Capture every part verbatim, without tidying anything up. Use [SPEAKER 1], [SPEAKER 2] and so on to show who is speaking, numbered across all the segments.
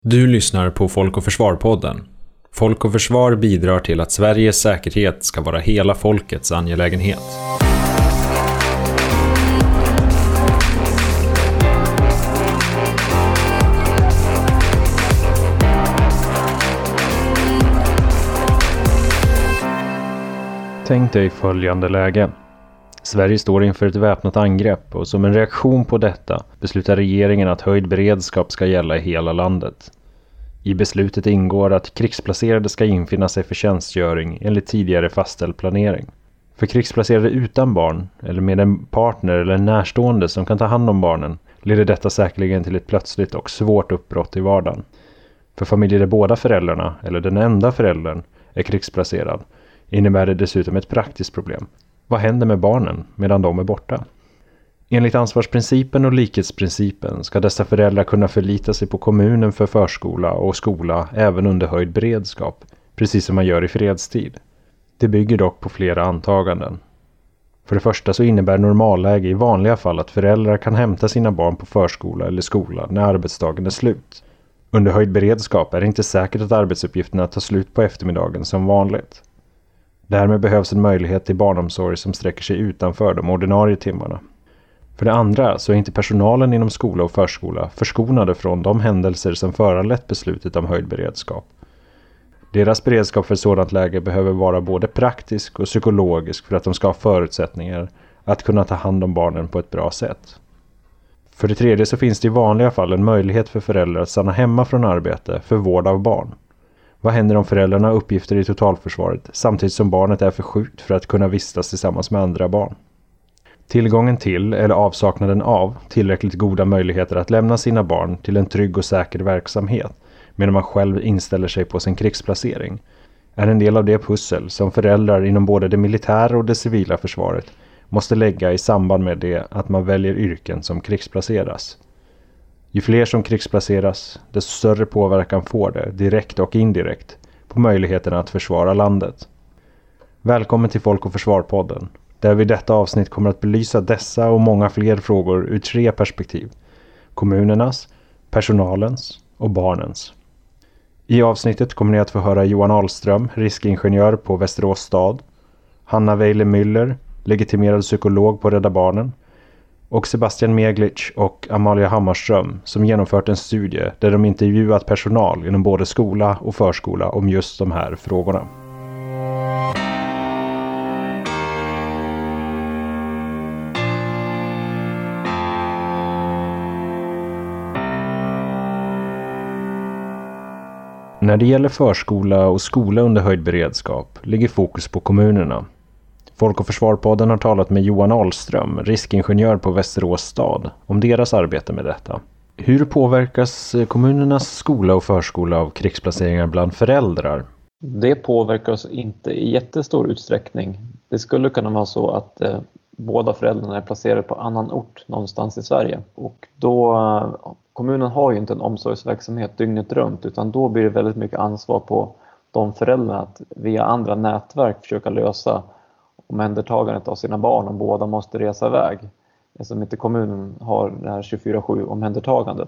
[SPEAKER 1] Du lyssnar på Folk och Försvar-podden. Folk och Försvar bidrar till att Sveriges säkerhet ska vara hela folkets angelägenhet. Tänk dig följande läge. Sverige står inför ett väpnat angrepp och som en reaktion på detta beslutar regeringen att höjd beredskap ska gälla i hela landet. I beslutet ingår att krigsplacerade ska infinna sig för tjänstgöring enligt tidigare fastställd planering. För krigsplacerade utan barn eller med en partner eller en närstående som kan ta hand om barnen leder detta säkerligen till ett plötsligt och svårt uppbrott i vardagen. För familjer där båda föräldrarna eller den enda föräldern är krigsplacerad innebär det dessutom ett praktiskt problem. Vad händer med barnen medan de är borta? Enligt ansvarsprincipen och likhetsprincipen ska dessa föräldrar kunna förlita sig på kommunen för förskola och skola även under höjd beredskap, precis som man gör i fredstid. Det bygger dock på flera antaganden. För det första så innebär normalläge i vanliga fall att föräldrar kan hämta sina barn på förskola eller skola när arbetsdagen är slut. Under höjd beredskap är det inte säkert att arbetsuppgifterna tar slut på eftermiddagen som vanligt. Därmed behövs en möjlighet till barnomsorg som sträcker sig utanför de ordinarie timmarna. För det andra så är inte personalen inom skola och förskola förskonade från de händelser som föranlett beslutet om höjd beredskap. Deras beredskap för ett sådant läge behöver vara både praktisk och psykologisk för att de ska ha förutsättningar att kunna ta hand om barnen på ett bra sätt. För det tredje så finns det i vanliga fall en möjlighet för föräldrar att stanna hemma från arbete för vård av barn. Vad händer om föräldrarna har uppgifter i totalförsvaret samtidigt som barnet är för sjukt för att kunna vistas tillsammans med andra barn? Tillgången till eller avsaknaden av tillräckligt goda möjligheter att lämna sina barn till en trygg och säker verksamhet medan man själv inställer sig på sin krigsplacering är en del av det pussel som föräldrar inom både det militära och det civila försvaret måste lägga i samband med det att man väljer yrken som krigsplaceras. Ju fler som krigsplaceras, desto större påverkan får det, direkt och indirekt, på möjligheterna att försvara landet. Välkommen till Folk och Försvar-podden, där vi i detta avsnitt kommer att belysa dessa och många fler frågor ur tre perspektiv. Kommunernas, personalens och barnens. I avsnittet kommer ni att få höra Johan Ahlström, riskingenjör på Västerås stad, Hanna Weile Müller, legitimerad psykolog på Rädda Barnen, och Sebastian Meglic och Amalia Hammarström som genomfört en studie där de intervjuat personal inom både skola och förskola om just de här frågorna. När det gäller förskola och skola under höjd beredskap ligger fokus på kommunerna. Folk och Försvar-podden har talat med Johan Ahlström, riskingenjör på Västerås stad, om deras arbete med detta. Hur påverkas kommunernas skola och förskola av krigsplaceringar bland föräldrar?
[SPEAKER 2] Det påverkas inte i jättestor utsträckning. Det skulle kunna vara så att eh, båda föräldrarna är placerade på annan ort någonstans i Sverige. Och då, eh, kommunen har ju inte en omsorgsverksamhet dygnet runt, utan då blir det väldigt mycket ansvar på de föräldrarna att via andra nätverk försöka lösa omhändertagandet av sina barn om båda måste resa iväg. Eftersom inte kommunen har det här tjugofyra sju omhändertagandet.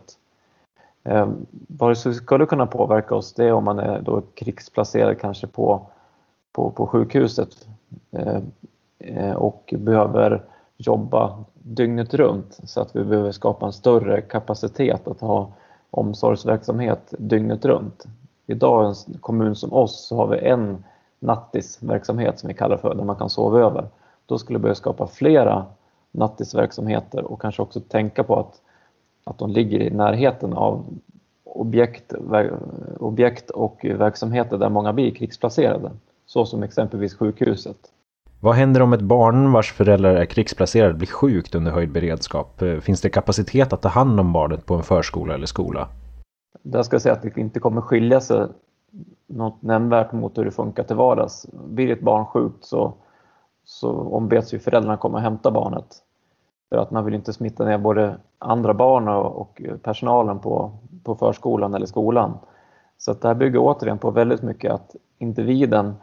[SPEAKER 2] Eh, vad det skulle kunna påverka oss det är om man är då krigsplacerad kanske på, på, på sjukhuset eh, eh, och behöver jobba dygnet runt så att vi behöver skapa en större kapacitet att ha omsorgsverksamhet dygnet runt. Idag i en kommun som oss så har vi en nattisverksamhet som vi kallar för, där man kan sova över. Då skulle vi börja skapa flera nattisverksamheter och kanske också tänka på att, att de ligger i närheten av objekt, objekt och verksamheter där många blir krigsplacerade. Så som exempelvis sjukhuset.
[SPEAKER 1] Vad händer om ett barn vars föräldrar är krigsplacerade blir sjukt under höjd beredskap? Finns det kapacitet att ta hand om barnet på en förskola eller skola?
[SPEAKER 2] Där ska jag säga att det inte kommer skilja sig något nämnvärt mot hur det funkar till vardags. Blir ett barn sjukt så, så ombeds ju föräldrarna komma och hämta barnet. För att man vill inte smitta ner både andra barn och, och personalen på, på förskolan eller skolan. Så att det här bygger återigen på väldigt mycket att individen,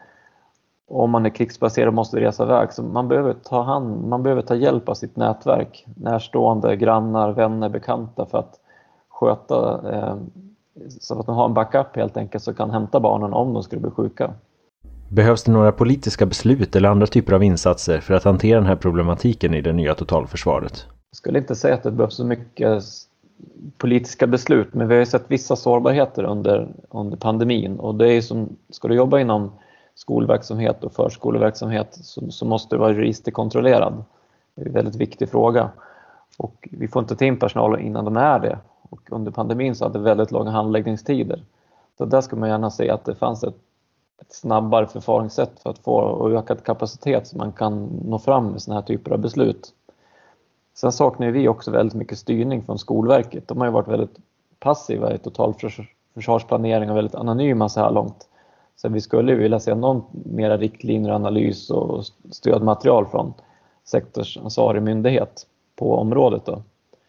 [SPEAKER 2] om man är krigsplacerad, måste resa iväg. Så man behöver ta hand, man behöver ta hjälp av sitt nätverk, närstående, grannar, vänner, bekanta för att sköta eh, så att de har en backup helt enkelt så kan hämta barnen om de skulle bli sjuka.
[SPEAKER 1] Behövs det några politiska beslut eller andra typer av insatser för att hantera den här problematiken i det nya totalförsvaret?
[SPEAKER 2] Jag skulle inte säga att det behövs så mycket politiska beslut, men vi har ju sett vissa sårbarheter under, under pandemin. Och det är som, ska du jobba inom skolverksamhet och förskoleverksamhet så, så måste du vara registerkontrollerad. Det är en väldigt viktig fråga. Och vi får inte ta in personal innan de är det. Och under pandemin så hade vi väldigt långa handläggningstider. Så där ska man gärna se att det fanns ett, ett snabbare förfaringssätt för att få ökad kapacitet så man kan nå fram med såna här typer av beslut. Sen saknar vi också väldigt mycket styrning från Skolverket. De har ju varit väldigt passiva i totalförsvarsplanering och väldigt anonyma så här långt. Så vi skulle vilja se någon mera riktlinjer, analys och stödmaterial från sektorsansvarig myndighet på området då.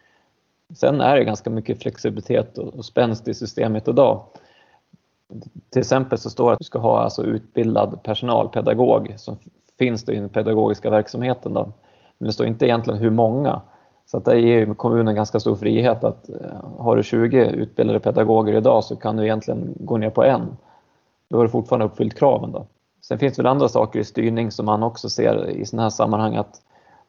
[SPEAKER 2] Sen är det ganska mycket flexibilitet och spänst i systemet idag. Till exempel så står det att du ska ha alltså utbildad personal, pedagog, som finns då i den pedagogiska verksamheten då. Men det står inte egentligen hur många. Så att det ger kommunen ganska stor frihet att har du tjugo utbildade pedagoger idag så kan du egentligen gå ner på en. Då har du fortfarande uppfyllt kraven då. Sen finns det väl andra saker i styrning som man också ser i sådana här sammanhang att,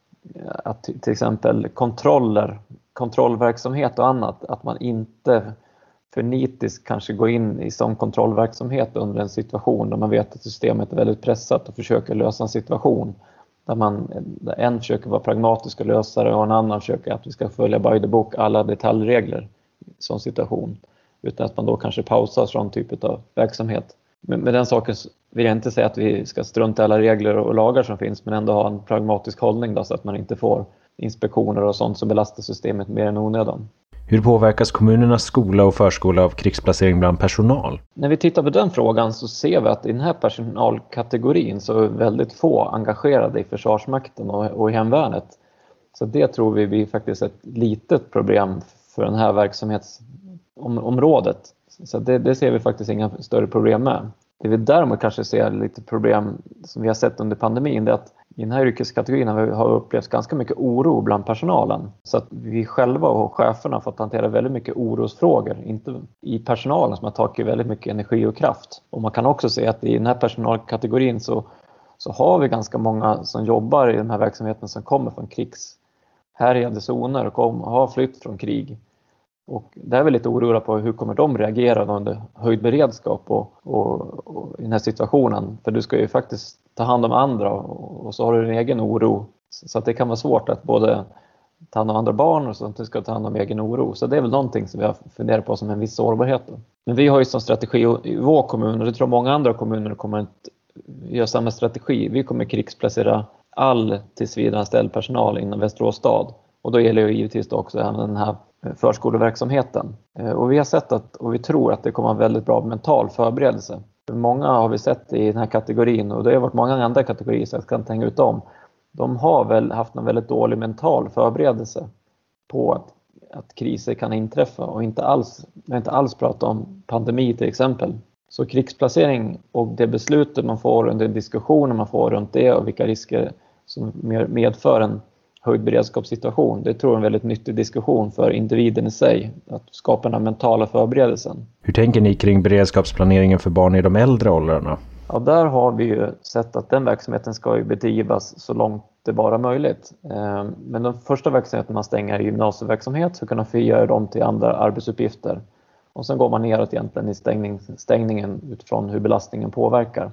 [SPEAKER 2] att till exempel kontroller, kontrollverksamhet och annat, att man inte för nitiskt kanske går in i sån kontrollverksamhet under en situation där man vet att systemet är väldigt pressat och försöker lösa en situation. Där man, där en försöker vara pragmatisk och lösa det och en annan försöker att vi ska följa by the book alla detaljregler i sån situation. Utan att man då kanske pausar sån typ av verksamhet. Men med den saken vill jag inte säga att vi ska strunta alla regler och lagar som finns men ändå ha en pragmatisk hållning då, så att man inte får inspektioner och sånt som belastar systemet mer än onödan.
[SPEAKER 1] Hur påverkas kommunernas skola och förskola av krigsplacering bland personal?
[SPEAKER 2] När vi tittar på den frågan så ser vi att i den här personalkategorin så är väldigt få engagerade i Försvarsmakten och, och i hemvärnet. Så det tror vi blir faktiskt ett litet problem för den här verksamhetsområdet. Så det, det ser vi faktiskt inga större problem med. Det vi däremot kanske ser lite problem som vi har sett under pandemin är att i den här yrkeskategorin har vi upplevt ganska mycket oro bland personalen. Så att vi själva och cheferna har fått hantera väldigt mycket orosfrågor. Inte i personalen som har tagit väldigt mycket energi och kraft. Och man kan också se att i den här personalkategorin så, så har vi ganska många som jobbar i den här verksamheten som kommer från krigshärjade zoner och kom, har flytt från krig. Och där är vi lite oroliga på hur kommer de reagera under höjd beredskap och, och, och i den här situationen. För du ska ju faktiskt ta hand om andra och, och så har du din egen oro. Så att det kan vara svårt att både ta hand om andra barn och så att du ska ta hand om egen oro. Så det är väl någonting som vi har funderat på som en viss sårbarhet. Då. Men vi har ju som strategi i vår kommun, och det tror många andra kommuner kommer att göra samma strategi. Vi kommer krigsplacera all tillsvidareanställd personal inom Västerås stad. Och då gäller ju givetvis också den här förskoleverksamheten. Och vi har sett att, och vi tror att det kommer att vara väldigt bra mental förberedelse. Många har vi sett i den här kategorin, och det har varit många andra kategorier så jag kan tänka ut dem. De har väl haft en väldigt dålig mental förberedelse på att, att kriser kan inträffa och inte alls, inte alls prata om pandemi till exempel. Så krigsplacering och det beslutet man får under diskussioner man får runt det och vilka risker som medför en höjd beredskapssituation. Det tror jag är en väldigt nyttig diskussion för individen i sig. Att skapa den här mentala förberedelsen.
[SPEAKER 1] Hur tänker ni kring beredskapsplaneringen för barn i de äldre åldrarna?
[SPEAKER 2] Ja, där har vi ju sett att den verksamheten ska ju bedrivas så långt det bara möjligt. Men den första verksamheten man stänger är gymnasieverksamhet så kan man frigöra dem till andra arbetsuppgifter. Och sen går man neråt egentligen i stängning, stängningen utifrån hur belastningen påverkar.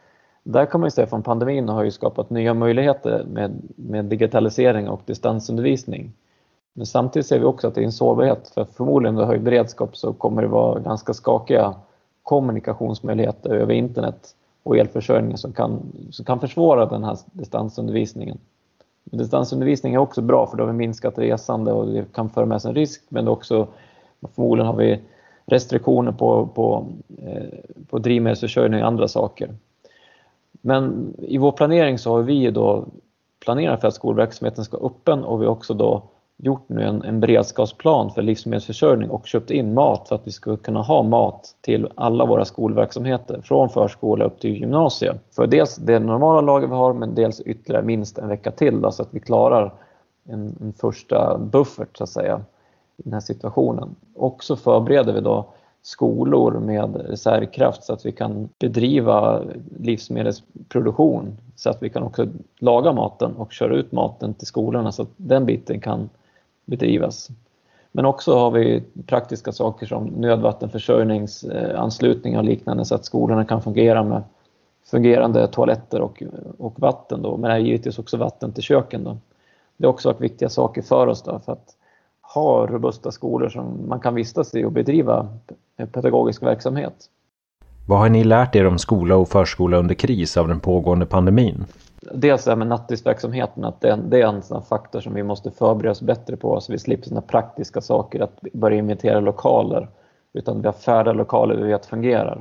[SPEAKER 2] Där kan man ju se från pandemin har ju skapat nya möjligheter med, med digitalisering och distansundervisning. Men samtidigt ser vi också att det är en sårbarhet. För förmodligen med höjd beredskap så kommer det vara ganska skakiga kommunikationsmöjligheter över internet och elförsörjning som kan, som kan försvåra den här distansundervisningen. Men distansundervisning är också bra för då har vi minskat resande och det kan föra med sig en risk. Men också förmodligen har vi restriktioner på, på, eh, på drivmedelsförsörjning och andra saker. Men i vår planering så har vi då planerat för att skolverksamheten ska öppen och vi har också då gjort nu en, en beredskapsplan för livsmedelsförsörjning och köpt in mat för att vi ska kunna ha mat till alla våra skolverksamheter från förskola upp till gymnasiet. För dels det normala lager vi har men dels ytterligare minst en vecka till då, så att vi klarar en, en första buffert så att säga i den här situationen. Och så förbereder vi då skolor med reservkraft så att vi kan bedriva livsmedelsproduktion, så att vi kan också laga maten och köra ut maten till skolorna så att den biten kan bedrivas. Men också har vi praktiska saker som nödvattenförsörjningsanslutning och liknande så att skolorna kan fungera med fungerande toaletter och, och vatten då, men det är givetvis också vatten till köken då. Det är också varit viktiga saker för oss då, för att ha robusta skolor som man kan vistas i och bedriva pedagogisk verksamhet.
[SPEAKER 1] Vad har ni lärt er om skola och förskola under kris av den pågående pandemin?
[SPEAKER 2] Dels är med nattisverksamheten att det är, det är en sån faktor som vi måste förbereda oss bättre på, så vi slipper såna praktiska saker att börja inventera lokaler, utan vi har färdiga lokaler vi vet fungerar.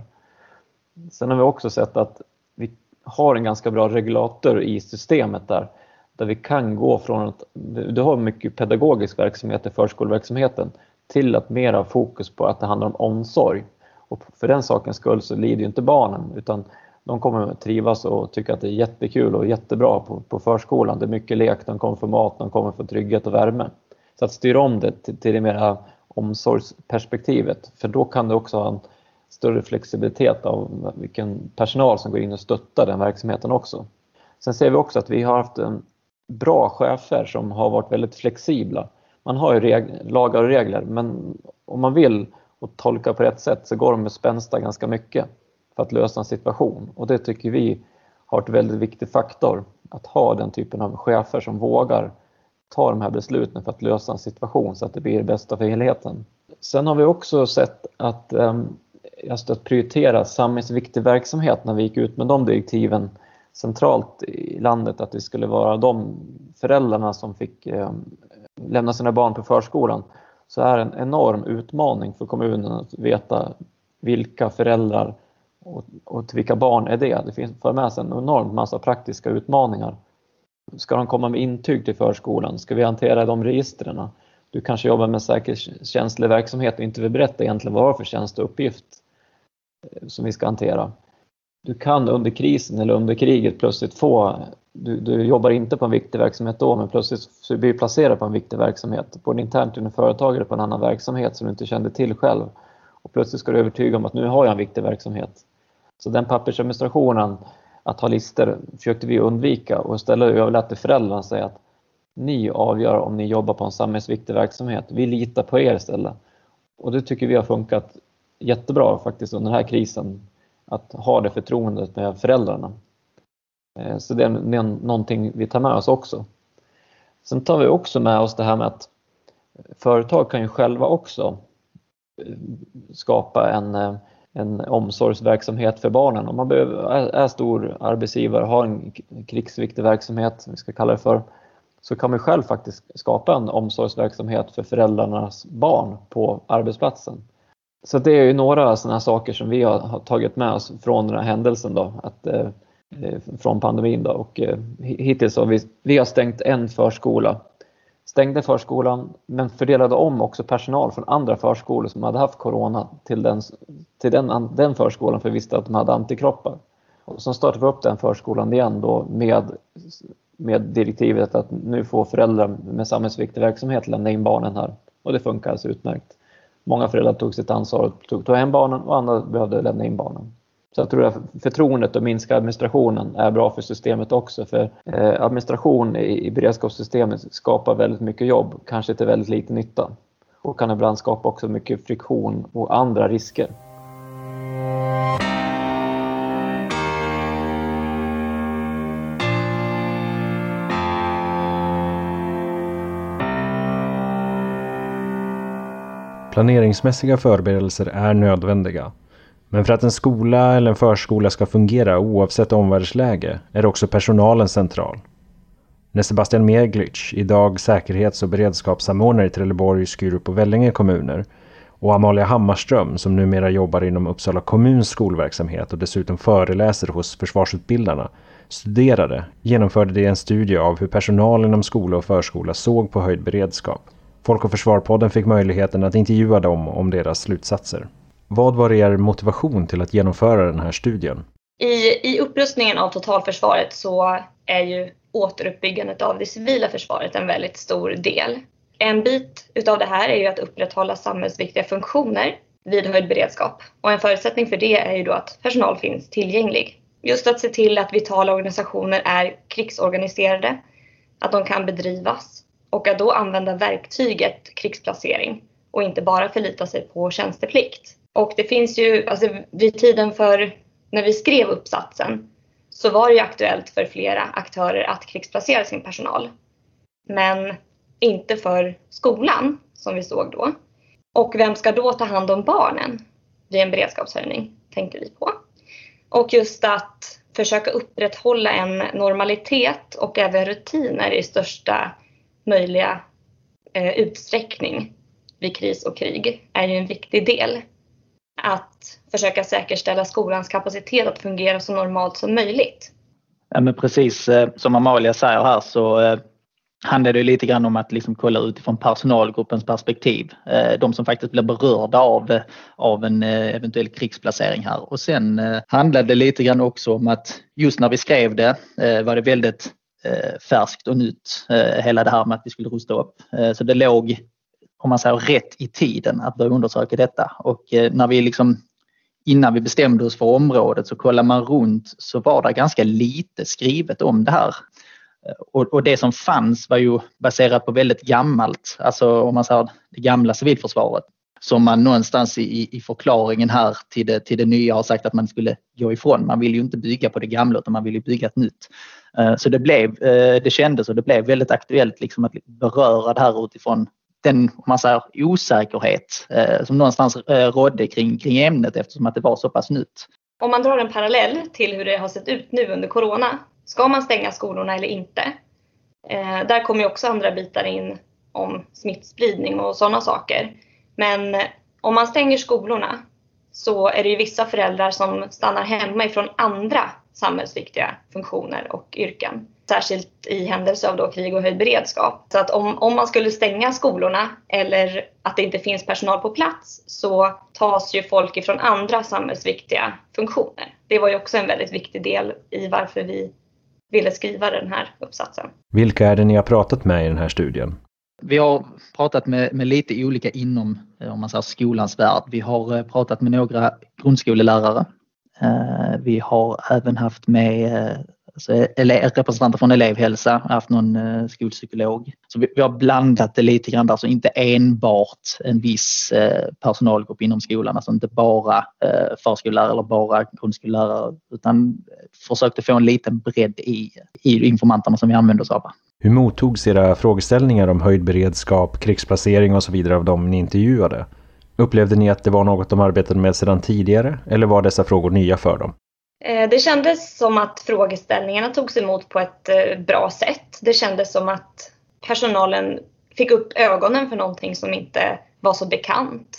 [SPEAKER 2] Sen har vi också sett att vi har en ganska bra regulator i systemet där, där vi kan gå från att du har mycket pedagogisk verksamhet i förskoleverksamheten till att mera fokus på att det handlar om omsorg. Och för den sakens skull så lider ju inte barnen, utan de kommer att trivas och tycka att det är jättekul och jättebra på, på förskolan. Det är mycket lek, de kommer få mat, de kommer få trygghet och värme. Så att styra om det till, till det mera omsorgsperspektivet, för då kan det också ha en större flexibilitet av vilken personal som går in och stöttar den verksamheten också. Sen ser vi också att vi har haft en bra chefer som har varit väldigt flexibla. Man har ju reg- lagar och regler, men om man vill och tolka på rätt sätt så går de med spänsta ganska mycket för att lösa en situation. Och det tycker vi har ett väldigt viktig faktor, att ha den typen av chefer som vågar ta de här besluten för att lösa en situation så att det blir det bästa för helheten. Sen har vi också sett att um, just att prioritera samhällsviktig verksamhet när vi gick ut med de direktiven centralt i landet, att det skulle vara de föräldrarna som fick eh, lämna sina barn på förskolan, så är det en enorm utmaning för kommunen att veta vilka föräldrar och, och till vilka barn är det. Det finns för med sig en enorm massa praktiska utmaningar. Ska de komma med intyg till förskolan? Ska vi hantera de registren? Du kanske jobbar med säkerhetskänslig verksamhet och inte vill berätta egentligen vad det är för tjänst och uppgift som vi ska hantera. Du kan under krisen eller under kriget plötsligt få, du, du jobbar inte på en viktig verksamhet då, men plötsligt så blir du placerad på en viktig verksamhet, både internt inom företag eller på en annan verksamhet som du inte kände till själv. Och plötsligt ska du övertyga om att nu har jag en viktig verksamhet. Så den pappersadministrationen, att ha listor, försökte vi undvika och istället överlät till föräldrarna att säga att ni avgör om ni jobbar på en samhällsviktig verksamhet. Vi litar på er istället. Och det tycker vi har funkat jättebra faktiskt under den här krisen, att ha det förtroendet med föräldrarna. Så det är någonting vi tar med oss också. Sen tar vi också med oss det här med att företag kan ju själva också skapa en, en omsorgsverksamhet för barnen. Om man behöver, är stor arbetsgivare, har en krigsviktig verksamhet, vi ska kalla det för, så kan man själv faktiskt skapa en omsorgsverksamhet för föräldrarnas barn på arbetsplatsen. Så det är ju några sådana saker som vi har tagit med oss från den här händelsen då, att, eh, från pandemin då. Och eh, hittills har vi, vi har stängt en förskola. Stängde förskolan, men fördelade om också personal från andra förskolor som hade haft corona till den, till den, den förskolan, för vi visste att de hade antikroppar. Och så startade vi upp den förskolan igen då med, med direktivet att nu får föräldrar med samhällsviktig verksamhet lämna in barnen här. Och det funkar alltså utmärkt. Många föräldrar tog sitt ansvar och tog, tog hem barnen, och andra behövde lämna in barnen. Så jag tror att förtroendet och minska administrationen är bra för systemet också. För eh, administration i, i beredskapssystemet skapar väldigt mycket jobb, kanske till väldigt lite nytta. Och kan ibland skapa också mycket friktion och andra risker.
[SPEAKER 1] Planeringsmässiga förberedelser är nödvändiga. Men för att en skola eller en förskola ska fungera oavsett omvärldsläge är också personalen central. När Sebastian Meglitsch, idag säkerhets- och beredskapssamordnare i Trelleborg, Skurup och Vellinge kommuner, och Amalia Hammarström, som numera jobbar inom Uppsala kommuns skolverksamhet och dessutom föreläser hos försvarsutbildarna, studerade, genomförde de en studie av hur personalen inom skola och förskola såg på höjd beredskap. Folk- och försvarpodden fick möjligheten att intervjua dem om deras slutsatser. Vad var er motivation till att genomföra den här studien?
[SPEAKER 3] I, i upprustningen av totalförsvaret så är ju återuppbyggandet av det civila försvaret en väldigt stor del. En bit utav det här är ju att upprätthålla samhällsviktiga funktioner vid höjd beredskap. Och en förutsättning för det är ju då att personal finns tillgänglig. Just att se till att vitala organisationer är krigsorganiserade, att de kan bedrivas och att då använda verktyget krigsplacering och inte bara förlita sig på tjänsteplikt. Och det finns ju, alltså vid tiden för när vi skrev uppsatsen så var det ju aktuellt för flera aktörer att krigsplacera sin personal. Men inte för skolan som vi såg då. Och vem ska då ta hand om barnen vid en beredskapshöjning, tänkte vi på. Och just att försöka upprätthålla en normalitet och även rutiner i största möjliga eh, utsträckning vid kris och krig är ju en viktig del. Att försöka säkerställa skolans kapacitet att fungera så normalt som möjligt.
[SPEAKER 4] Ja, men precis eh, som Amalia säger här så eh, handlar det lite grann om att liksom kolla utifrån personalgruppens perspektiv. Eh, de som faktiskt blir berörda av, av en eh, eventuell krigsplacering här. Och sen eh, handlade det lite grann också om att just när vi skrev det eh, var det väldigt eh, färskt och nytt. Eh, hela det här med att vi skulle rusta upp. Eh, så det låg, om man säger, rätt i tiden att börja undersöka detta. Och eh, när vi liksom, innan vi bestämde oss för området så kollar man runt så var det ganska lite skrivet om det här. Och, och det som fanns var ju baserat på väldigt gammalt, alltså om man säger det gamla civilförsvaret. Som man någonstans i, i förklaringen här till det, till det nya har sagt att man skulle gå ifrån. Man vill ju inte bygga på det gamla utan man vill ju bygga ett nytt. Så det blev, det kändes och det blev väldigt aktuellt liksom att beröra det här utifrån den, om man säger, osäkerhet eh, som någonstans eh, rådde kring, kring ämnet eftersom att det var så pass nytt.
[SPEAKER 3] Om man drar en parallell till hur det har sett ut nu under corona, ska man stänga skolorna eller inte? Eh, där kommer ju också andra bitar in om smittspridning och sådana saker. Men om man stänger skolorna så är det ju vissa föräldrar som stannar hemma ifrån andra samhällsviktiga funktioner och yrken. Särskilt i händelse av då krig och höjd beredskap. Så att om, om man skulle stänga skolorna eller att det inte finns personal på plats så tas ju folk ifrån andra samhällsviktiga funktioner. Det var ju också en väldigt viktig del i varför vi ville skriva den här uppsatsen.
[SPEAKER 1] Vilka är det ni har pratat med i den här studien?
[SPEAKER 4] Vi har pratat med, med lite olika inom, om man säger, skolans värld. Vi har pratat med några grundskolelärare. Vi har även haft med alltså, representanter från elevhälsa, haft någon uh, skolpsykolog. Så vi, vi har blandat det lite grann där, så inte enbart en viss uh, personalgrupp inom skolan, alltså inte bara uh, förskollärare eller bara grundskollärare, utan försökte få en liten bredd i, i informanterna som vi använder oss av.
[SPEAKER 1] Hur mottogs era frågeställningar om höjd beredskap, krigsplacering och så vidare av dem ni intervjuade? Upplevde ni att det var något de arbetade med sedan tidigare, eller var dessa frågor nya för dem?
[SPEAKER 3] Det kändes som att frågeställningarna togs emot på ett bra sätt. Det kändes som att personalen fick upp ögonen för någonting som inte var så bekant.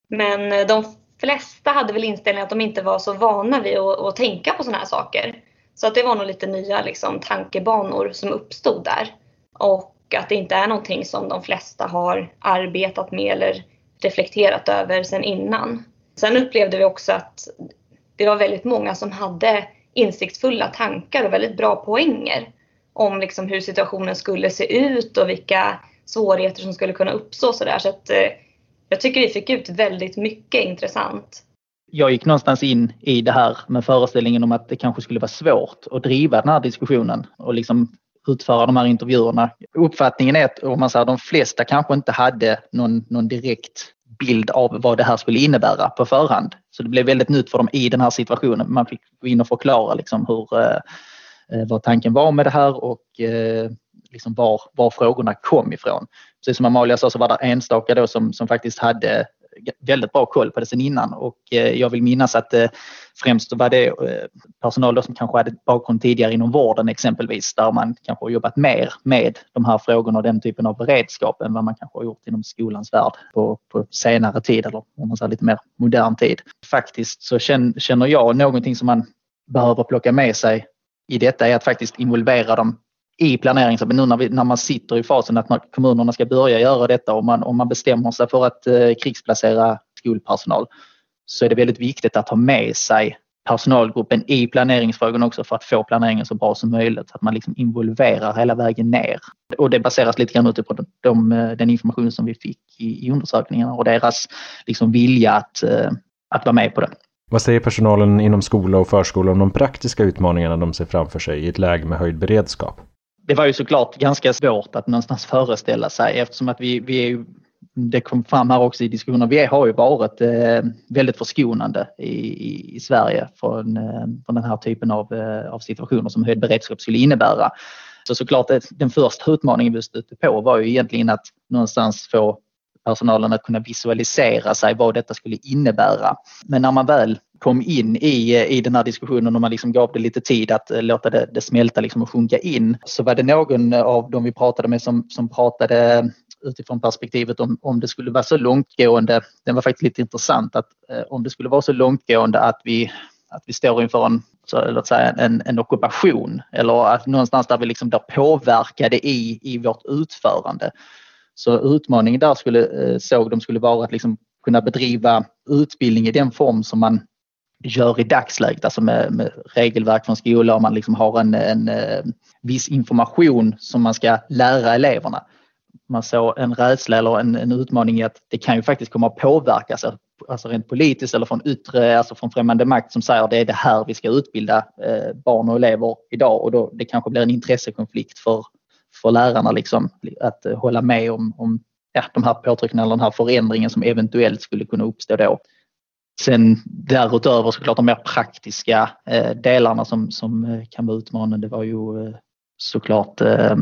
[SPEAKER 3] Men de flesta hade väl inställningen att de inte var så vana vid att, att tänka på såna här saker. Så att det var nog lite nya liksom, tankebanor som uppstod där. Och att det inte är någonting som de flesta har arbetat med eller reflekterat över sedan innan. Sen upplevde vi också att det var väldigt många som hade insiktsfulla tankar och väldigt bra poänger om liksom hur situationen skulle se ut och vilka svårigheter som skulle kunna uppstå. Så, där. så att, eh, jag tycker vi fick ut väldigt mycket intressant.
[SPEAKER 4] Jag gick någonstans in i det här med föreställningen om att det kanske skulle vara svårt att driva den här diskussionen och liksom utföra de här intervjuerna. Uppfattningen är att om man säger, de flesta kanske inte hade någon, någon direkt bild av vad det här skulle innebära på förhand. Så det blev väldigt nytt för dem i den här situationen. Man fick gå in och förklara liksom hur, eh, vad tanken var med det här och eh, liksom var, var frågorna kom ifrån. Precis som Amalia sa så var det enstaka då som, som faktiskt hade väldigt bra koll på det sen innan. Och eh, jag vill minnas att eh, främst var det eh, personal då som kanske hade bakgrund tidigare inom vården exempelvis, där man kanske har jobbat mer med de här frågorna och den typen av beredskap än vad man kanske har gjort inom skolans värld på, på senare tid, eller om man säger lite mer modern tid. Faktiskt så känner jag någonting som man behöver plocka med sig i detta är att faktiskt involvera dem i planeringsarbetet nu när, vi, när man sitter i fasen att när kommunerna ska börja göra detta och man, om man bestämmer sig för att eh, krigsplacera skolpersonal, så är det väldigt viktigt att ha med sig personalgruppen i planeringsfrågan också för att få planeringen så bra som möjligt. Så att man liksom involverar hela vägen ner. Och det baseras lite grann utifrån de, den information som vi fick i, i undersökningarna och deras liksom vilja att, att vara med på det.
[SPEAKER 1] Vad säger personalen inom skola och förskola om de praktiska utmaningarna de ser framför sig i ett läge med höjd beredskap?
[SPEAKER 4] Det var ju såklart ganska svårt att någonstans föreställa sig eftersom att vi, vi är ju, det kom fram här också i diskussioner, vi har ju varit eh, väldigt förskonande i, i, i Sverige från, eh, från den här typen av, eh, av situationer som höjd beredskap skulle innebära. Så såklart det, den första utmaningen vi stötte på var ju egentligen att någonstans få personalen att kunna visualisera sig vad detta skulle innebära. Men när man väl kom in i, i den här diskussionen och man liksom gav det lite tid att låta det, det smälta liksom och sjunka in, så var det någon av dem vi pratade med som, som pratade utifrån perspektivet om, om det skulle vara så långtgående. Den var faktiskt lite intressant att eh, om det skulle vara så långtgående att vi, att vi står inför en, så, låt säga, en, en ockupation eller att någonstans där vi liksom där påverkade i, i vårt utförande. Så utmaningen där skulle, såg de skulle vara att liksom kunna bedriva utbildning i den form som man gör i dagsläget, alltså med, med regelverk från skolan och man liksom har en, en, en viss information som man ska lära eleverna. Man såg en rädsla eller en, en utmaning i att det kan ju faktiskt komma att påverkas, alltså rent politiskt eller från yttre, alltså från främmande makt som säger att det är det här vi ska utbilda eh, barn och elever idag och då det kanske blir en intressekonflikt för för lärarna liksom, att hålla med om, om ja, de här påtryckningarna eller den här förändringen som eventuellt skulle kunna uppstå då. Sen därutöver såklart de mer praktiska eh, delarna som, som kan vara utmanande var ju eh, såklart eh,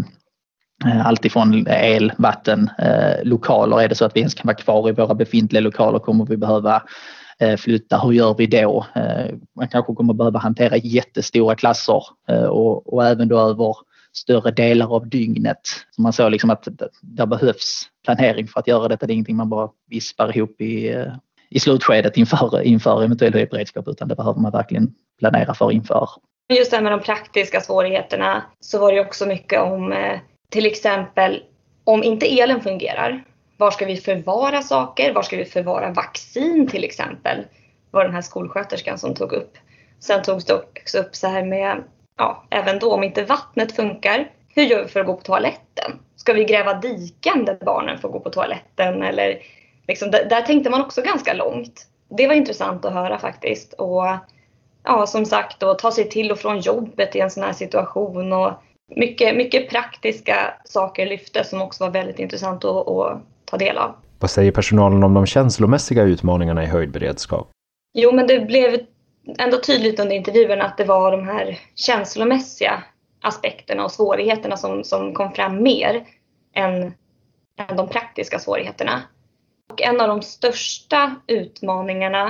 [SPEAKER 4] allt ifrån el, vatten, eh, lokaler. Är det så att vi ens kan vara kvar i våra befintliga lokaler kommer vi behöva eh, flytta. Hur gör vi då? Eh, man kanske kommer behöva hantera jättestora klasser eh, och, och även då över större delar av dygnet. Så man såg liksom att det behövs planering för att göra detta. Det är ingenting man bara vispar ihop i, i slutskedet inför, inför eventuell höjdberedskap utan det behöver man verkligen planera för inför.
[SPEAKER 3] Just det här med de praktiska svårigheterna så var det också mycket om till exempel om inte elen fungerar. Var ska vi förvara saker? Var ska vi förvara vaccin till exempel? Var den här skolsköterskan som tog upp. Sen togs det också upp så här med ja, även då om inte vattnet funkar, hur gör vi för att gå på toaletten? Ska vi gräva diken där barnen får gå på toaletten? Eller liksom, där, där tänkte man också ganska långt. Det var intressant att höra faktiskt. Och ja, som sagt, då, ta sig till och från jobbet i en sån här situation. Och mycket, mycket praktiska saker lyftes som också var väldigt intressant att, att ta del av.
[SPEAKER 1] Vad säger personalen om de känslomässiga utmaningarna i höjdberedskap?
[SPEAKER 3] Jo, men det blev ändå tydligt under intervjun att det var de här känslomässiga aspekterna och svårigheterna som, som kom fram mer än, än de praktiska svårigheterna. Och en av de största utmaningarna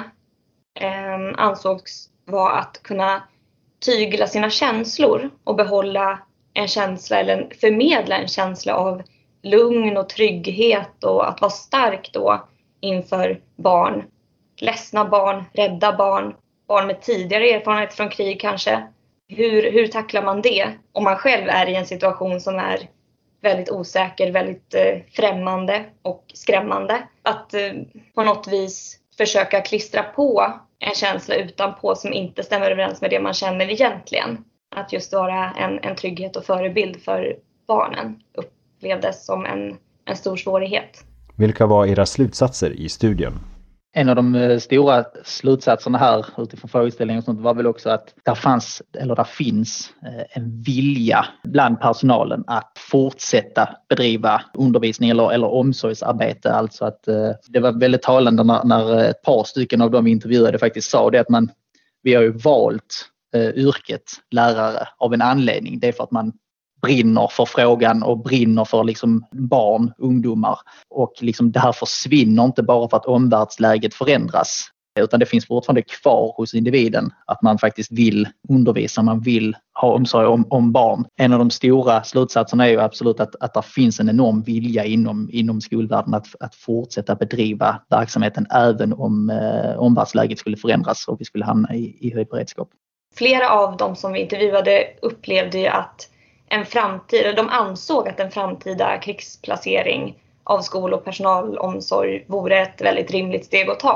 [SPEAKER 3] eh, ansågs vara att kunna tygla sina känslor och behålla en känsla eller förmedla en känsla av lugn och trygghet och att vara stark då inför barn. Ledsna barn, rädda barn. Barn med tidigare erfarenhet från krig kanske. Hur, hur tacklar man det om man själv är i en situation som är väldigt osäker, väldigt eh, främmande och skrämmande? Att eh, på något vis försöka klistra på en känsla utanpå som inte stämmer överens med det man känner egentligen. Att just vara en, en trygghet och förebild för barnen upplevdes som en, en stor svårighet.
[SPEAKER 1] Vilka var era slutsatser i studien?
[SPEAKER 4] En av de stora slutsatserna här utifrån frågeställningen och sånt var väl också att där fanns, eller där finns en vilja bland personalen att fortsätta bedriva undervisning eller, eller omsorgsarbete. Alltså att det var väldigt talande när, när ett par stycken av de intervjuade faktiskt sa det att man, vi har ju valt eh, yrket lärare av en anledning. Det är för att man brinner för frågan och brinner för liksom barn, ungdomar. Och liksom det här försvinner inte bara för att omvärldsläget förändras. Utan det finns fortfarande kvar hos individen att man faktiskt vill undervisa, man vill ha omsorg om, om barn. En av de stora slutsatserna är ju absolut att, att det finns en enorm vilja inom, inom skolvärlden att, att fortsätta bedriva verksamheten även om eh, omvärldsläget skulle förändras och vi skulle hamna i, i höjd beredskap.
[SPEAKER 3] Flera av dem som vi intervjuade upplevde ju att en framtid, de ansåg att en framtida krigsplacering av skol- och personalomsorg vore ett väldigt rimligt steg att ta.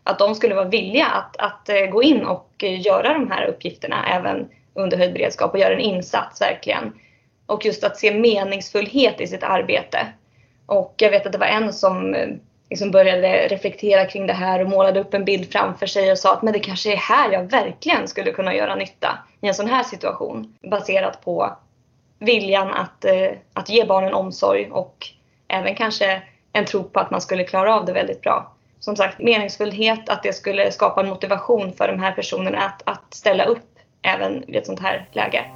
[SPEAKER 3] att de skulle vara villiga att, att gå in och göra de här uppgifterna även under höjd beredskap och göra en insats verkligen. Och just att se meningsfullhet i sitt arbete. Och jag vet att det var en som liksom började reflektera kring det här och målade upp en bild framför sig och sa att men det kanske är här jag verkligen skulle kunna göra nytta i en sån här situation. Baserat på viljan att, att ge barnen omsorg och även kanske en tro på att man skulle klara av det väldigt bra. Som sagt, meningsfullhet, att det skulle skapa en motivation för de här personerna att, att ställa upp även i ett sånt här läge.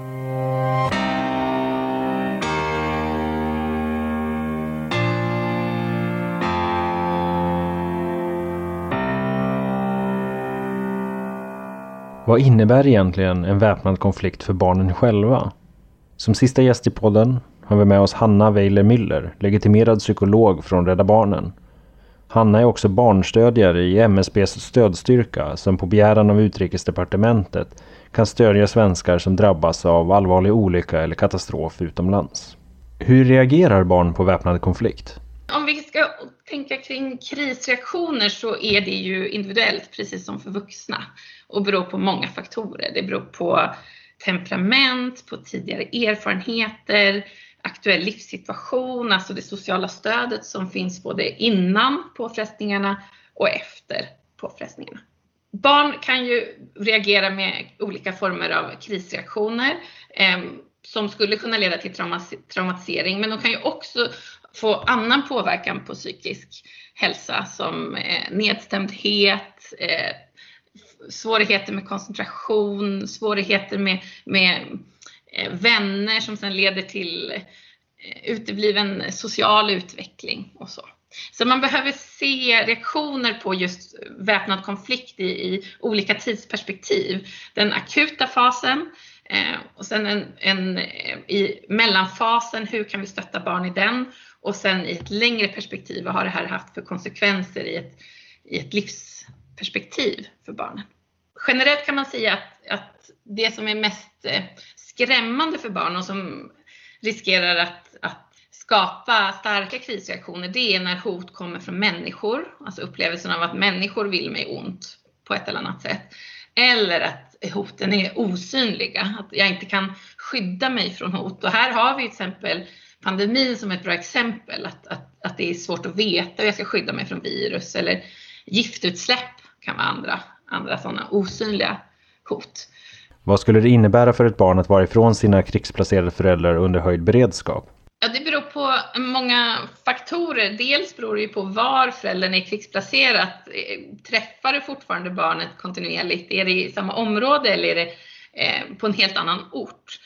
[SPEAKER 1] Vad innebär egentligen en väpnad konflikt för barnen själva? Som sista gäst i podden har vi med oss Hanna Weiler-Müller, legitimerad psykolog från Rädda Barnen. Hanna är också barnstödjare i M S B:s stödstyrka som på begäran av Utrikesdepartementet kan stödja svenskar som drabbas av allvarlig olycka eller katastrof utomlands. Hur reagerar barn på väpnad konflikt?
[SPEAKER 5] Om vi ska tänka kring krisreaktioner så är det ju individuellt precis som för vuxna och beror på många faktorer. Det beror på temperament, på tidigare erfarenheter, aktuell livssituation, alltså det sociala stödet som finns både innan påfrestningarna och efter påfrestningarna. Barn kan ju reagera med olika former av krisreaktioner eh, som skulle kunna leda till traumas- traumatisering, men de kan ju också få annan påverkan på psykisk hälsa som eh, nedstämdhet, eh, svårigheter med koncentration, svårigheter med, med eh, vänner som sedan leder till eh, utebliven social utveckling och så. Så man behöver se reaktioner på just väpnad konflikt i, i olika tidsperspektiv. Den akuta fasen eh, och sen en, en, i mellanfasen, hur kan vi stötta barn i den? Och sen i ett längre perspektiv, vad har det här haft för konsekvenser i ett, i ett livsperspektiv för barnen? Generellt kan man säga att, att det som är mest skrämmande för barn och som riskerar att, att skapa starka krisreaktioner, det är när hot kommer från människor. Alltså upplevelsen av att människor vill mig ont på ett eller annat sätt. Eller att hoten är osynliga, att jag inte kan skydda mig från hot. Och här har vi till exempel pandemin som ett bra exempel, att, att, att det är svårt att veta hur jag ska skydda mig från virus, eller giftutsläpp kan vara andra, andra sådana osynliga hot.
[SPEAKER 1] Vad skulle det innebära för ett barn att vara ifrån sina krigsplacerade föräldrar under höjd beredskap?
[SPEAKER 5] Ja, det beror på många faktorer. Dels beror det ju på var föräldern är krigsplacerad. Träffar du fortfarande barnet kontinuerligt? Är det i samma område eller är det eh, på en helt annan ort?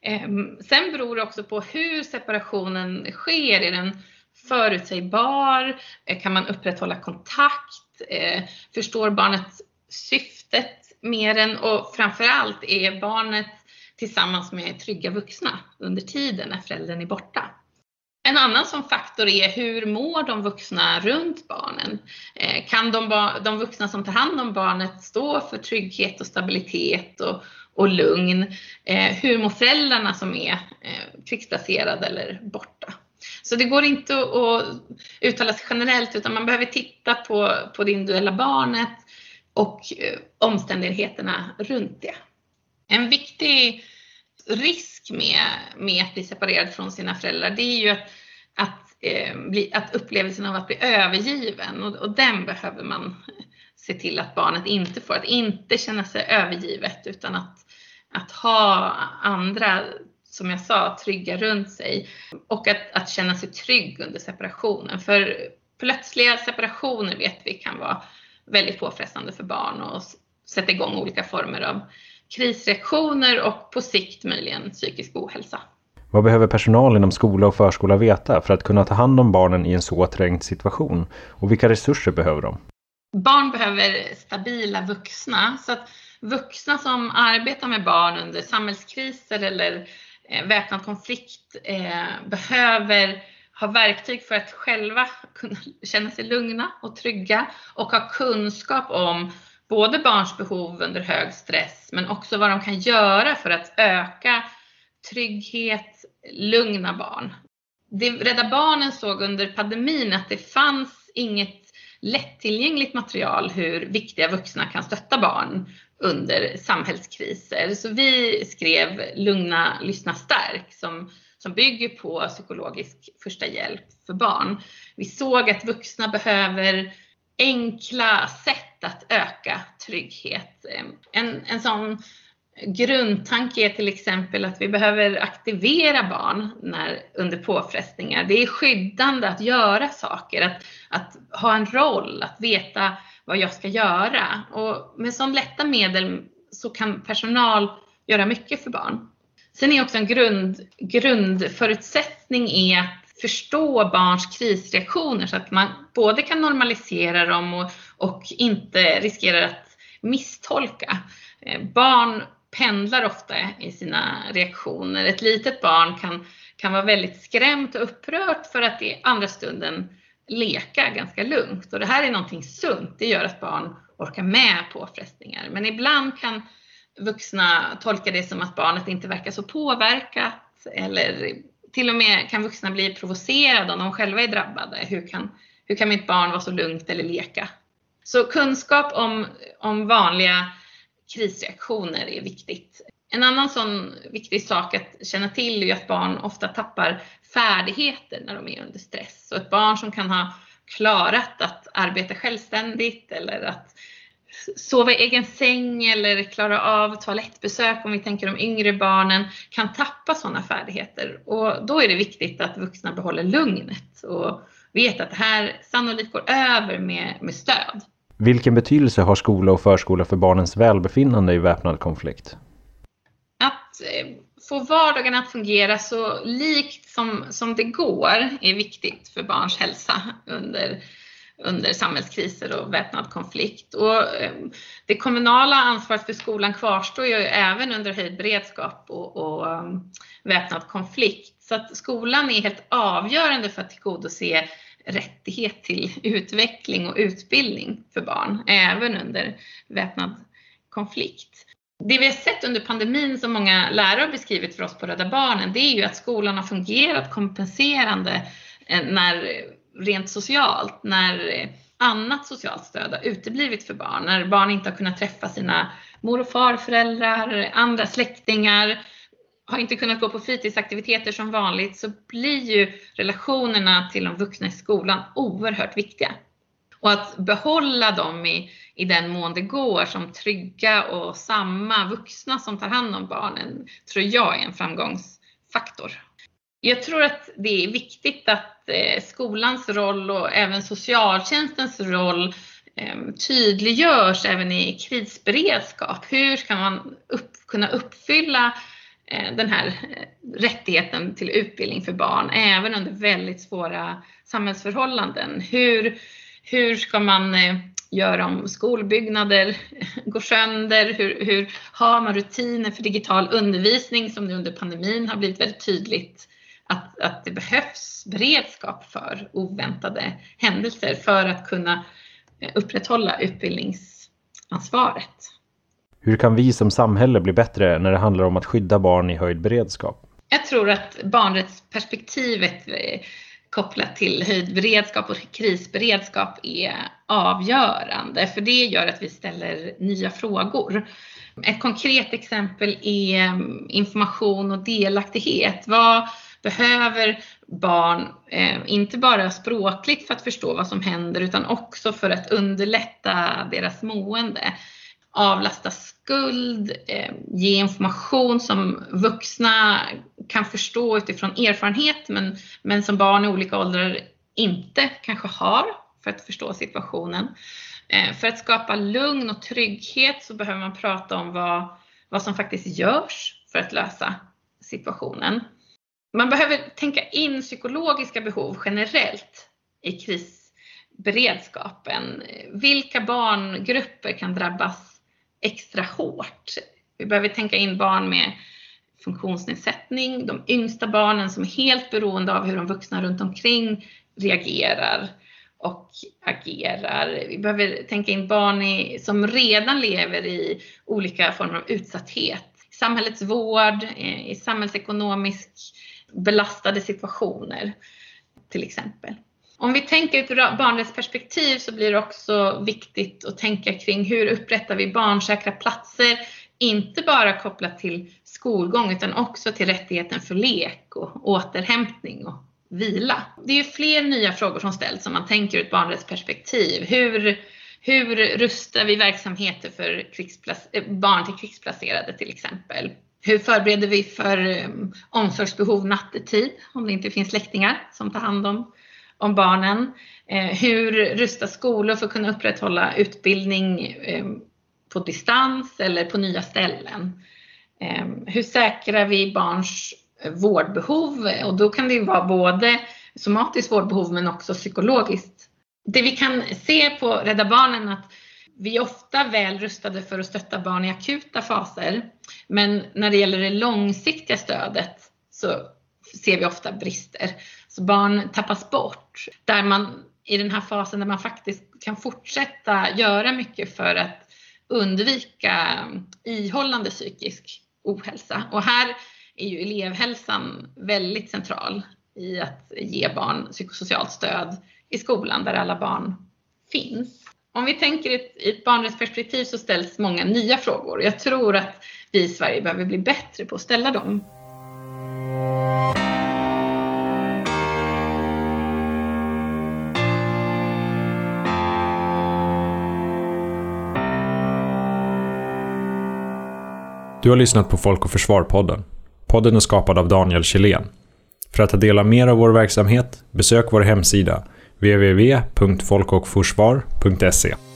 [SPEAKER 5] Sen beror det också på hur separationen sker. Är den förutsägbar? Kan man upprätthålla kontakt? Förstår barnet syftet mer än? Och framförallt är barnet tillsammans med trygga vuxna under tiden när föräldern är borta. En annan sån faktor är hur mår de vuxna runt barnen? Kan de, de vuxna som tar hand om barnet stå för trygghet och stabilitet och, och lugn? Hur mår föräldrarna som är krigsplacerade eller borta? Så det går inte att uttala sig generellt, utan man behöver titta på, på det individuella barnet och omständigheterna runt det. En viktig risk med, med att bli separerad från sina föräldrar, det är ju att, att, eh, bli, att upplevelsen av att bli övergiven, och, och den behöver man se till att barnet inte får, att inte känna sig övergivet, utan att, att ha andra, som jag sa, trygga runt sig, och att, att känna sig trygg under separationen. För plötsliga separationer vet vi kan vara väldigt påfrestande för barn och sätta igång olika former av krisreaktioner och på sikt möjligen psykisk ohälsa.
[SPEAKER 1] Vad behöver personal inom skola och förskola veta för att kunna ta hand om barnen i en så trängd situation? Och vilka resurser behöver de?
[SPEAKER 5] Barn behöver stabila vuxna. Så att vuxna som arbetar med barn under samhällskriser eller eh, väpnad konflikt eh, behöver ha verktyg för att själva kunna känna sig lugna och trygga och ha kunskap om både barns behov under hög stress, men också vad de kan göra för att öka trygghet, lugna barn. Det Rädda Barnen såg under pandemin att det fanns inget lättillgängligt material hur viktiga vuxna kan stötta barn under samhällskriser. Så vi skrev Lugna, lyssna, stärk som, som bygger på psykologisk första hjälp för barn. Vi såg att vuxna behöver enkla sätt att öka trygghet. En, en sån grundtanke är till exempel att vi behöver aktivera barn när, under påfrestningar. Det är skyddande att göra saker, att, att ha en roll, att veta vad jag ska göra. Och med sån lätta medel så kan personal göra mycket för barn. Sen är också en grund, grundförutsättning är att förstå barns krisreaktioner så att man både kan normalisera dem och, och inte riskerar att misstolka. Barn pendlar ofta i sina reaktioner. Ett litet barn kan, kan vara väldigt skrämt och upprört för att i andra stunden leka ganska lugnt. Och det här är någonting sunt. Det gör att barn orkar med påfrestningar. Men ibland kan vuxna tolka det som att barnet inte verkar så påverkat. Eller till och med kan vuxna bli provocerade om de själva är drabbade. Hur kan, hur kan mitt barn vara så lugnt eller leka? Så kunskap om, om vanliga krisreaktioner är viktigt. En annan sån viktig sak att känna till är att barn ofta tappar färdigheter när de är under stress. Så ett barn som kan ha klarat att arbeta självständigt eller att sova i egen säng eller klara av toalettbesök, om vi tänker de yngre barnen, kan tappa sådana färdigheter. Och då är det viktigt att vuxna behåller lugnet och vet att det här sannolikt går över med, med stöd.
[SPEAKER 1] Vilken betydelse har skola och förskola för barnens välbefinnande i väpnad konflikt?
[SPEAKER 5] Att eh, få vardagen att fungera så likt som, som det går är viktigt för barns hälsa under, under samhällskriser och väpnad konflikt. Och, eh, det kommunala ansvaret för skolan kvarstår ju även under höjd beredskap och, och um, väpnad konflikt. Så att skolan är helt avgörande för att tillgodose rättighet till utveckling och utbildning för barn, även under väpnad konflikt. Det vi har sett under pandemin som många lärare har beskrivit för oss på Rädda Barnen, det är ju att skolan har fungerat kompenserande när, rent socialt, när annat socialt stöd har uteblivit för barn. När barn inte har kunnat träffa sina mor- och farföräldrar, andra släktingar, har inte kunnat gå på fritidsaktiviteter som vanligt, så blir ju relationerna till de vuxna i skolan oerhört viktiga. Och att behålla dem i, i den mån det går som trygga och samma vuxna som tar hand om barnen tror jag är en framgångsfaktor. Jag tror att det är viktigt att eh, skolans roll och även socialtjänstens roll eh, tydliggörs även i krisberedskap. Hur ska man upp, kunna uppfylla den här rättigheten till utbildning för barn även under väldigt svåra samhällsförhållanden. Hur, hur ska man göra om skolbyggnader går sönder? Hur, hur har man rutiner för digital undervisning som nu under pandemin har blivit väldigt tydligt att, att det behövs beredskap för oväntade händelser för att kunna upprätthålla utbildningsansvaret.
[SPEAKER 1] Hur kan vi som samhälle bli bättre när det handlar om att skydda barn i höjd beredskap?
[SPEAKER 5] Jag tror att barnrättsperspektivet kopplat till höjd beredskap och krisberedskap är avgörande. För det gör att vi ställer nya frågor. Ett konkret exempel är information och delaktighet. Vad behöver barn, eh, inte bara språkligt för att förstå vad som händer utan också för att underlätta deras mående? Avlasta skuld, eh, ge information som vuxna kan förstå utifrån erfarenhet men, men som barn i olika åldrar inte kanske har för att förstå situationen. Eh, för att skapa lugn och trygghet så behöver man prata om vad, vad som faktiskt görs för att lösa situationen. Man behöver tänka in psykologiska behov generellt i krisberedskapen. Vilka barngrupper kan drabbas extra hårt? Vi behöver tänka in barn med funktionsnedsättning, de yngsta barnen som är helt beroende av hur de vuxna runt omkring reagerar och agerar. Vi behöver tänka in barn i, som redan lever i olika former av utsatthet. I samhällets vård, i samhällsekonomiskt belastade situationer till exempel. Om vi tänker ur barnrättsperspektiv så blir det också viktigt att tänka kring hur upprättar vi barnsäkra platser, inte bara kopplat till skolgång utan också till rättigheten för lek och återhämtning och vila. Det är ju fler nya frågor som ställs om man tänker ur ett barnrättsperspektiv. Hur, hur rustar vi verksamheter för krigsplac- barn till krigsplacerade till exempel? Hur förbereder vi för um, omsorgsbehov nattetid om det inte finns släktingar som tar hand om, om barnen? Eh, hur rustar skolor för att kunna upprätthålla utbildning eh, på distans eller på nya ställen? Eh, hur säkrar vi barns vårdbehov? Och då kan det ju vara både somatiskt vårdbehov men också psykologiskt. Det vi kan se på Rädda Barnen är att vi är ofta väl rustade för att stötta barn i akuta faser. Men när det gäller det långsiktiga stödet så ser vi ofta brister. Så barn tappas bort. Där man i den här fasen där man faktiskt kan fortsätta göra mycket för att undvika ihållande psykisk ohälsa. Och här är ju elevhälsan väldigt central i att ge barn psykosocialt stöd i skolan där alla barn finns. Om vi tänker i ett, ett barnrättsperspektiv så ställs många nya frågor. Jag tror att vi i Sverige behöver bli bättre på att ställa dem.
[SPEAKER 1] Du har lyssnat på Folk och Försvar-podden. Podden är skapad av Daniel Kjellén. För att ta del av mer av vår verksamhet, besök vår hemsida w w w punkt folk och försvar punkt se.